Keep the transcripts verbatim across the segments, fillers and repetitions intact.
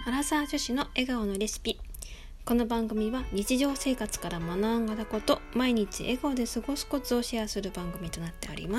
アラサー女子の笑顔のレシピ。この番組は日常生活から学んだこと、毎日笑顔で過ごすコツをシェアする番組となっております。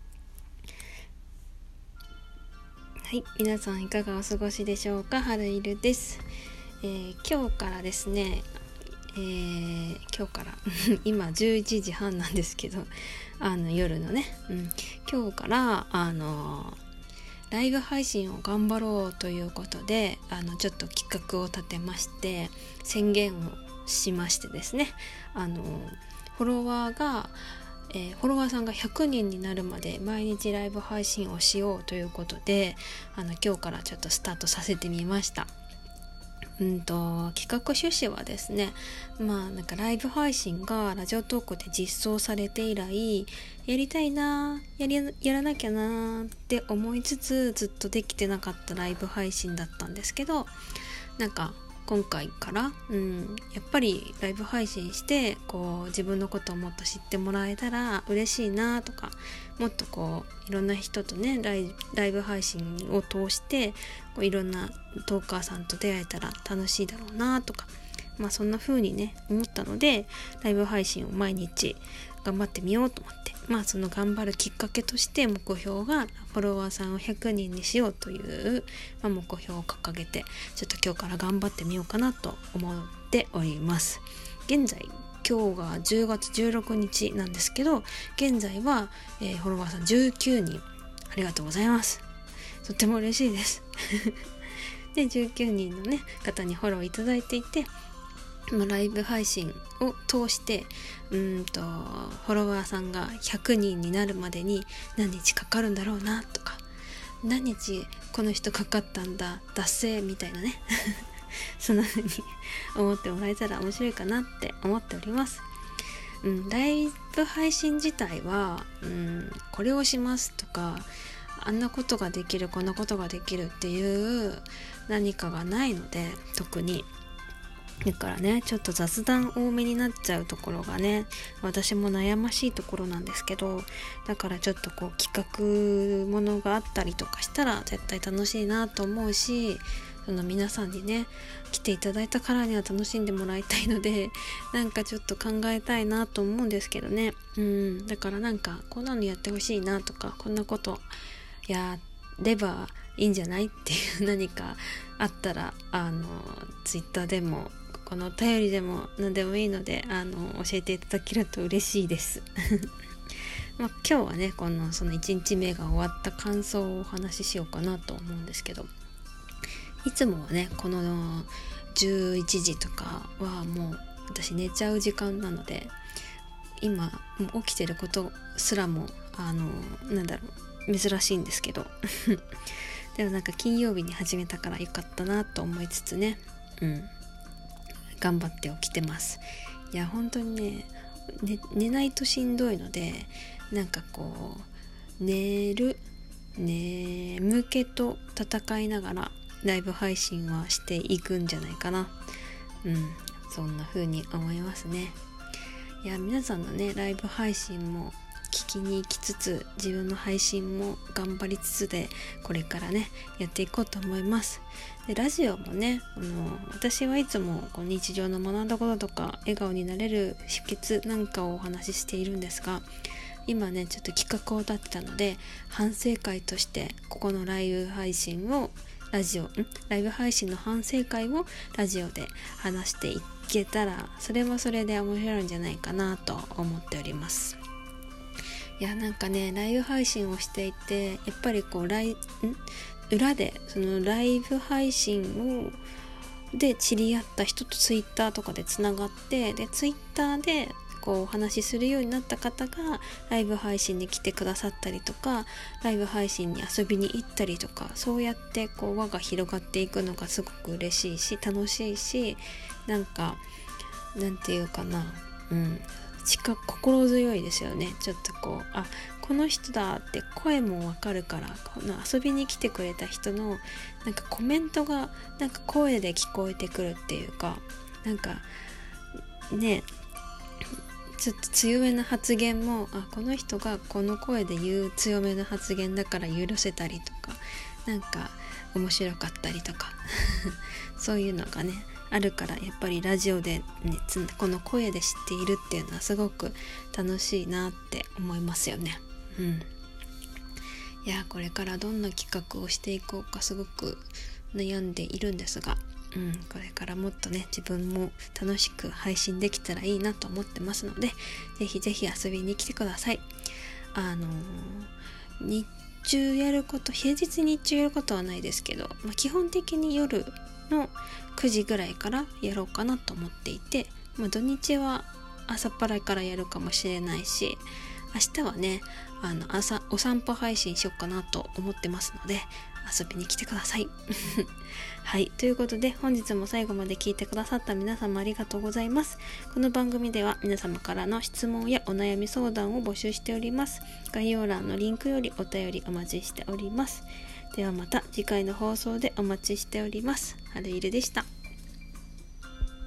はい、皆さんいかがお過ごしでしょうか。春いるです。えー、今日からですね、えー、今日から今じゅういちじはんなんですけど、あの夜のね、うん、今日からあのライブ配信を頑張ろうということで、あのちょっと企画を立てまして宣言をしましてですね、あのフォロワーが、えー、フォロワーさんがひゃくにんになるまで毎日ライブ配信をしようということで、あの今日からちょっとスタートさせてみました。うんと企画趣旨はですね、まあなんかライブ配信がラジオトークで実装されて以来、やりたいなやりやらなきゃなって思いつつずっとできてなかったライブ配信だったんですけど、なんか今回から、うん、やっぱりライブ配信してこう自分のことをもっと知ってもらえたら嬉しいなとか、もっとこういろんな人とねライ、ライブ配信を通してこういろんなトーカーさんと出会えたら楽しいだろうなとか、まあそんな風にね思ったので、ライブ配信を毎日頑張ってみようと思って、まあその頑張るきっかけとして目標がフォロワーさんをひゃくにんにしようという、まあ、目標を掲げて、ちょっと今日から頑張ってみようかなと思っております。現在今日がじゅうがつじゅうろくにちなんですけど、現在は、えー、フォロワーさんじゅうきゅうにん、ありがとうございます。とっても嬉しいですでじゅうきゅうにんのね方にフォローいただいていて、まあ、ライブ配信を通してうーんとフォロワーさんがひゃくにんになるまでに何日かかるんだろうなとか、何日この人かかったんだ達成みたいなねそんな風に思ってもらえたら面白いかなって思っております。うん、ライブ配信自体は、うん、これをしますとか、あんなことができるこんなことができるっていう何かがないので、特にだからねちょっと雑談多めになっちゃうところがね私も悩ましいところなんですけど、だからちょっとこう企画ものがあったりとかしたら絶対楽しいなと思うし、その皆さんにね来ていただいたからには楽しんでもらいたいので、なんかちょっと考えたいなと思うんですけどね。うんだからなんかこんなのやってほしいなとか、こんなことやればいいんじゃないっていう何かあったら、あのツイッターでもこのお便りでも何でもいいので、あの教えていただけると嬉しいですまあ、今日はねこのそのいちにちめが終わった感想をお話ししようかなと思うんですけど、いつもはねこのじゅういちじとかはもう私寝ちゃう時間なので、今もう起きてることすらもあのなんだろう珍しいんですけどでもなんか金曜日に始めたからよかったなと思いつつね、うん頑張って起きてます。いや本当にね、ね寝ないとしんどいので、なんかこう寝る眠気と戦いながらライブ配信はしていくんじゃないかな。うんそんな風に思いますね。いや皆さんのねライブ配信も聞きに行きつつ、自分の配信も頑張りつつでこれからねやっていこうと思います。でラジオもね、あの私はいつもこう日常の学んだこととか笑顔になれる秘訣なんかをお話ししているんですが、今ねちょっと企画を立てたので、反省会としてここのライブ配信をラジオんライブ配信の反省会をラジオで話していけたら、それもそれで面白いんじゃないかなと思っております。いやなんかねライブ配信をしていて、やっぱりこうライん裏でそのライブ配信をで知り合った人とツイッターとかでつながって、でツイッターでこうお話しするようになった方がライブ配信に来てくださったりとか、ライブ配信に遊びに行ったりとか、そうやってこう輪が広がっていくのがすごく嬉しいし楽しいし、なんかなんていうかな、うん近心強いですよね。ちょっとこうあこの人だって声もわかるから、この遊びに来てくれた人のなんかコメントがなんか声で聞こえてくるっていうか、なんかねちょっと強めな発言もあこの人がこの声で言う強めな発言だから許せたりとか、なんか面白かったりとかそういうのがねあるから、やっぱりラジオで、ね、この声で知っているっていうのはすごく楽しいなって思いますよね。うん、いやこれからどんな企画をしていこうかすごく悩んでいるんですが、うん、これからもっとね自分も楽しく配信できたらいいなと思ってますので、ぜひぜひ遊びに来てください。あのー、日中やること平日日中やることはないですけど、まあ、基本的に夜のくじぐらいからやろうかなと思っていて、まあ、土日は朝っぱらいからやるかもしれないし、明日はねあの朝お散歩配信しようかなと思ってますので遊びに来てくださいはい、ということで本日も最後まで聞いてくださった皆様ありがとうございます。この番組では皆様からの質問やお悩み相談を募集しております。概要欄のリンクよりお便りお待ちしております。ではまた次回の放送でお待ちしております。はるいるでした。